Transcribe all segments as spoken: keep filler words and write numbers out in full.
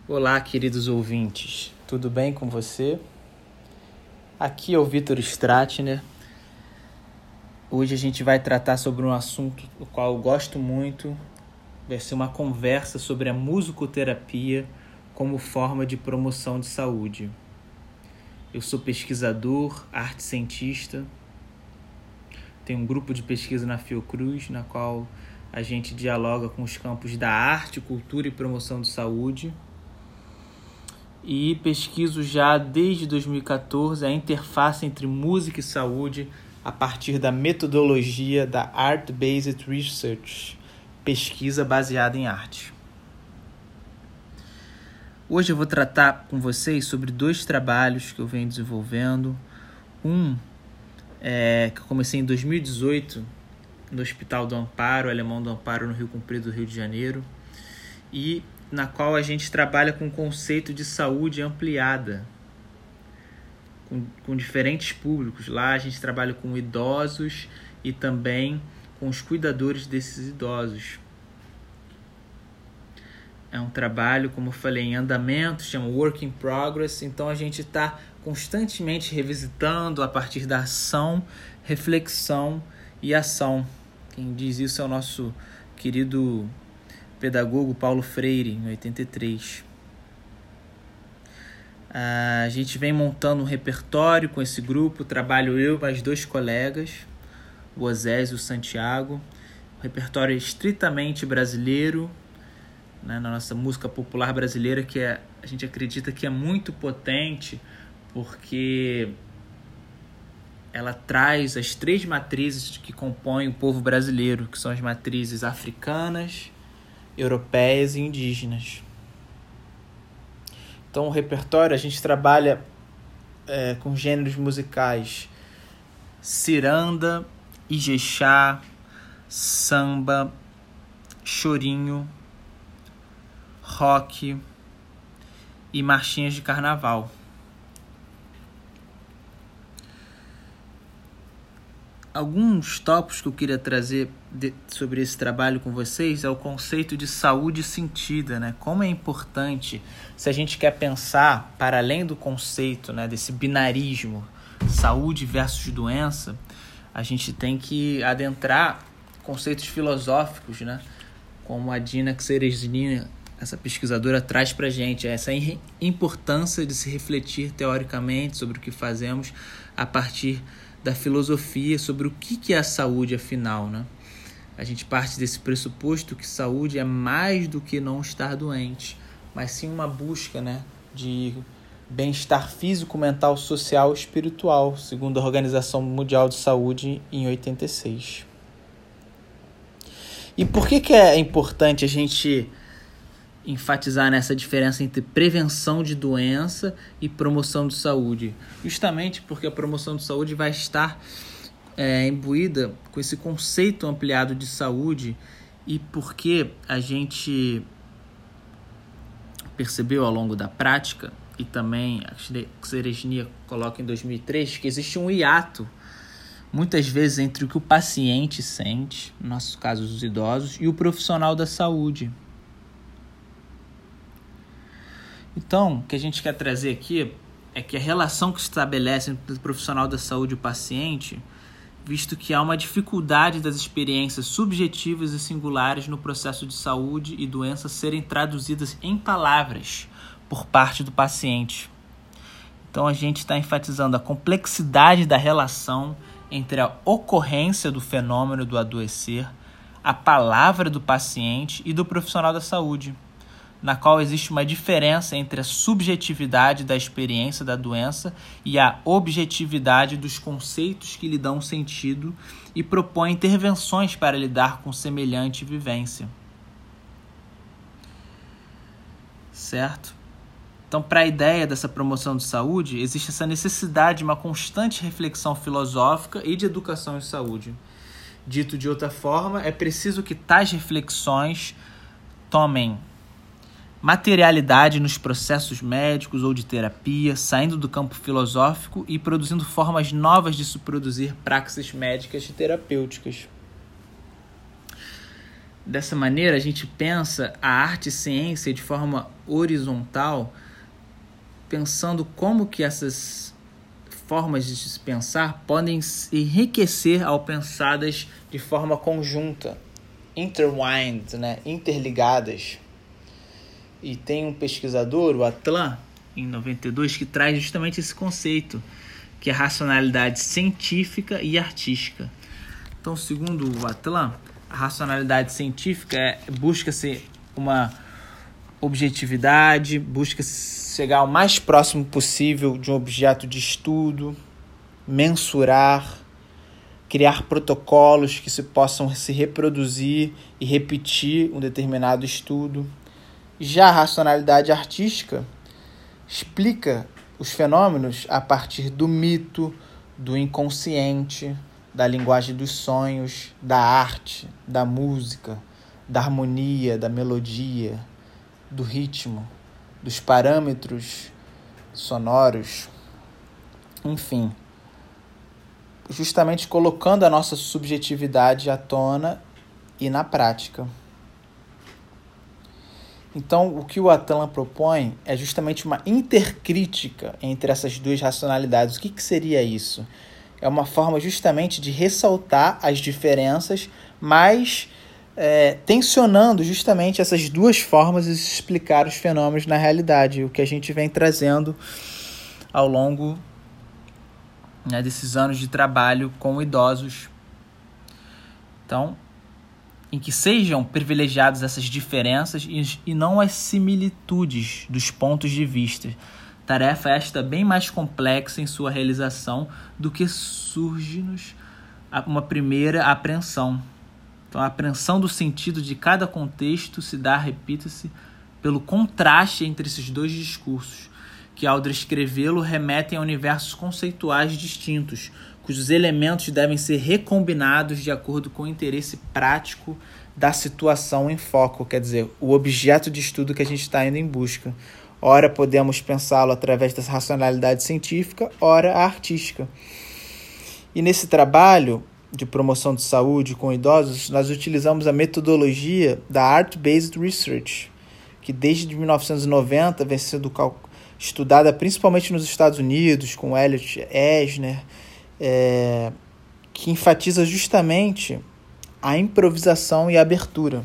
Olá, queridos ouvintes, tudo bem com você? Aqui é o Vitor Stratner. Hoje a gente vai tratar sobre um assunto do qual eu gosto muito. Vai ser uma conversa sobre a musicoterapia como forma de promoção de saúde. Eu sou pesquisador, arte-cientista. Tenho um grupo de pesquisa na Fiocruz, na qual a gente dialoga com os campos da arte, cultura e promoção de saúde. E pesquiso já desde dois mil e catorze a interface entre música e saúde a partir da metodologia da Art-Based Research, pesquisa baseada em arte. Hoje eu vou tratar com vocês sobre dois trabalhos que eu venho desenvolvendo. Um é, que eu comecei em dois mil e dezoito no Hospital do Amparo, Alemão do Amparo, no Rio Comprido, Rio de Janeiro, e na qual a gente trabalha com o conceito de saúde ampliada, com, com diferentes públicos. Lá a gente trabalha com idosos e também com os cuidadores desses idosos. É um trabalho, como eu falei, em andamento, chama Work in Progress, então a gente está constantemente revisitando a partir da ação, reflexão e ação. Quem diz isso é o nosso querido pedagogo Paulo Freire, em oitenta e três. A gente vem montando um repertório com esse grupo, trabalho eu e mais dois colegas, o Osés e o Santiago. O repertório é estritamente brasileiro, né, na nossa música popular brasileira, que é, a gente acredita que é muito potente, porque ela traz as três matrizes que compõem o povo brasileiro, que são as matrizes africanas, europeias e indígenas. Então, o repertório, a gente trabalha é, com gêneros musicais ciranda, ijexá, samba, chorinho, rock e marchinhas de carnaval. Alguns tópicos que eu queria trazer de, sobre esse trabalho com vocês é o conceito de saúde sentida, né? Como é importante, se a gente quer pensar para além do conceito, né, desse binarismo, saúde versus doença, a gente tem que adentrar conceitos filosóficos, né? Como a Dina Cseresnia, essa pesquisadora, traz para a gente, essa importância de se refletir teoricamente sobre o que fazemos a partir da filosofia sobre o que é a saúde, afinal, né? A gente parte desse pressuposto que saúde é mais do que não estar doente, mas sim uma busca, né, de bem-estar físico, mental, social e espiritual, segundo a Organização Mundial de Saúde em oitenta e seis. E por que que é importante a gente enfatizar nessa diferença entre prevenção de doença e promoção de saúde? Justamente porque a promoção de saúde vai estar é, imbuída com esse conceito ampliado de saúde, e porque a gente percebeu ao longo da prática, e também a Cseresnia coloca em dois mil e três, que existe um hiato muitas vezes entre o que o paciente sente, no nosso caso os idosos, e o profissional da saúde. Então, o que a gente quer trazer aqui é que a relação que se estabelece entre o profissional da saúde e o paciente, visto que há uma dificuldade das experiências subjetivas e singulares no processo de saúde e doença serem traduzidas em palavras por parte do paciente. Então, a gente está enfatizando a complexidade da relação entre a ocorrência do fenômeno do adoecer, a palavra do paciente e do profissional da saúde, na qual existe uma diferença entre a subjetividade da experiência da doença e a objetividade dos conceitos que lhe dão sentido e propõe intervenções para lidar com semelhante vivência. Certo? Então, para a ideia dessa promoção de saúde, existe essa necessidade de uma constante reflexão filosófica e de educação em saúde. Dito de outra forma, é preciso que tais reflexões tomem materialidade nos processos médicos ou de terapia, saindo do campo filosófico e produzindo formas novas de se produzir praxis médicas e terapêuticas. Dessa maneira, a gente pensa a arte e ciência de forma horizontal, pensando como que essas formas de se pensar podem se enriquecer ao pensadas de forma conjunta, intertwined, né? Interligadas. E tem um pesquisador, o Atlan, em noventa e dois, que traz justamente esse conceito, que é a racionalidade científica e artística. Então, segundo o Atlan, a racionalidade científica é, busca-se uma objetividade, busca-se chegar ao mais próximo possível de um objeto de estudo, mensurar, criar protocolos que se possam se reproduzir e repetir um determinado estudo. Já a racionalidade artística explica os fenômenos a partir do mito, do inconsciente, da linguagem dos sonhos, da arte, da música, da harmonia, da melodia, do ritmo, dos parâmetros sonoros, enfim, justamente colocando a nossa subjetividade à tona e na prática. Então, o que o Atlan propõe é justamente uma intercrítica entre essas duas racionalidades. O que, que seria isso? É uma forma justamente de ressaltar as diferenças, mas é, tensionando justamente essas duas formas de explicar os fenômenos na realidade, o que a gente vem trazendo ao longo, né, desses anos de trabalho com idosos. Então, em que sejam privilegiadas essas diferenças e, e não as similitudes dos pontos de vista. Tarefa esta bem mais complexa em sua realização do que surge-nos uma primeira apreensão. Então, a apreensão do sentido de cada contexto se dá, repita-se, pelo contraste entre esses dois discursos, que ao descrevê-lo remetem a universos conceituais distintos, cujos elementos devem ser recombinados de acordo com o interesse prático da situação em foco, quer dizer, o objeto de estudo que a gente está indo em busca. Ora podemos pensá-lo através da racionalidade científica, ora a artística. E nesse trabalho de promoção de saúde com idosos, nós utilizamos a metodologia da Art-Based Research, que desde mil novecentos e noventa vem sendo estudada principalmente nos Estados Unidos, com Elliot Eisner, é, que enfatiza justamente a improvisação e a abertura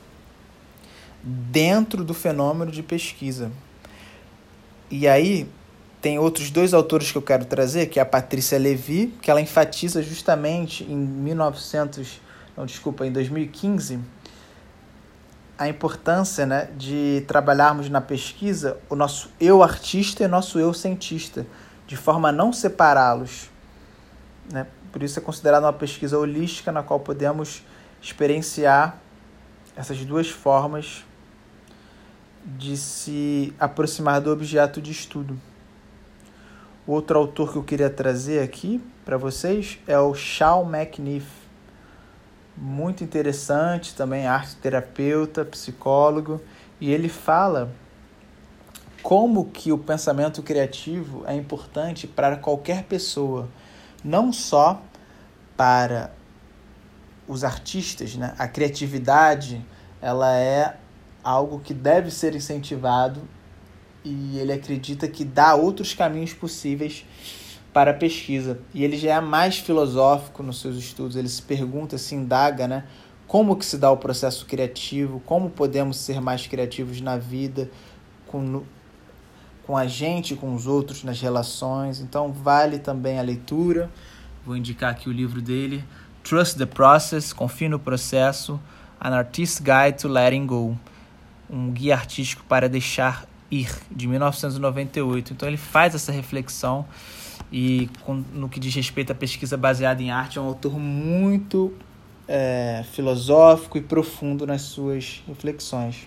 dentro do fenômeno de pesquisa. E aí tem outros dois autores que eu quero trazer, que é a Patrícia Levy, que ela enfatiza justamente em mil e novecentos, não, desculpa, em dois mil e quinze, a importância, né, de trabalharmos na pesquisa o nosso eu artista e o nosso eu cientista, de forma a não separá-los, né? Por isso é considerada uma pesquisa holística na qual podemos experienciar essas duas formas de se aproximar do objeto de estudo. O outro autor que eu queria trazer aqui para vocês é o Shaw McNiff. Muito interessante, também arte-terapeuta, psicólogo, e ele fala como que o pensamento criativo é importante para qualquer pessoa, não só para os artistas, né? A criatividade, ela é algo que deve ser incentivado e ele acredita que dá outros caminhos possíveis para a pesquisa. E ele já é mais filosófico nos seus estudos, ele se pergunta, se indaga, né? Como que se dá o processo criativo, como podemos ser mais criativos na vida, com, com a gente, com os outros, nas relações. Então vale também a leitura. Vou indicar aqui o livro dele, Trust the Process, Confie no Processo, An Artist's Guide to Letting Go, um guia artístico para deixar ir, de mil novecentos e noventa e oito. Então ele faz essa reflexão e com, no que diz respeito à pesquisa baseada em arte, é um autor muito é, filosófico e profundo nas suas reflexões.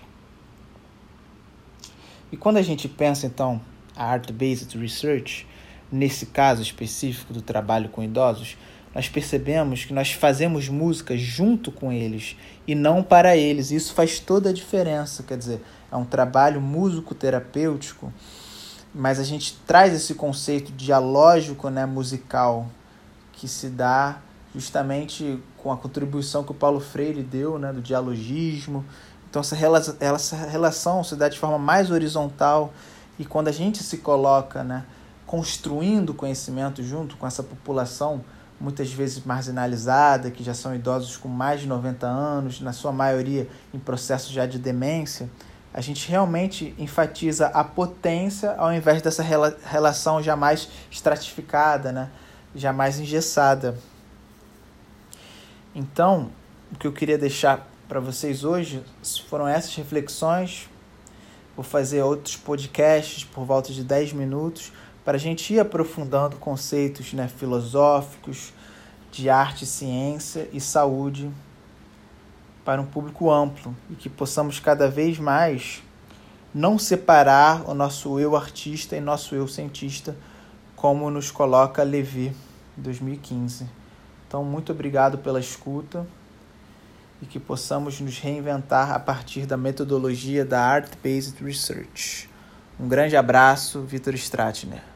E quando a gente pensa, então, a Art-Based Research, nesse caso específico do trabalho com idosos, nós percebemos que nós fazemos música junto com eles e não para eles. Isso faz toda a diferença, quer dizer, é um trabalho músico-terapêutico, mas a gente traz esse conceito dialógico, né, musical, que se dá justamente com a contribuição que o Paulo Freire deu, né, do dialogismo. Então essa relação, essa relação se dá de forma mais horizontal, e quando a gente se coloca, né, construindo conhecimento junto com essa população, muitas vezes marginalizada, que já são idosos com mais de noventa anos, na sua maioria em processo já de demência, a gente realmente enfatiza a potência ao invés dessa rela- relação jamais estratificada, né, jamais engessada. Então, o que eu queria deixar para vocês hoje foram essas reflexões. Vou fazer outros podcasts por volta de dez minutos para a gente ir aprofundando conceitos, né, filosóficos, de arte, ciência e saúde para um público amplo, e que possamos cada vez mais não separar o nosso eu artista e nosso eu cientista, como nos coloca Levi, em dois mil e quinze. Então, muito obrigado pela escuta, e que possamos nos reinventar a partir da metodologia da Art-Based Research. Um grande abraço, Vitor Stratner.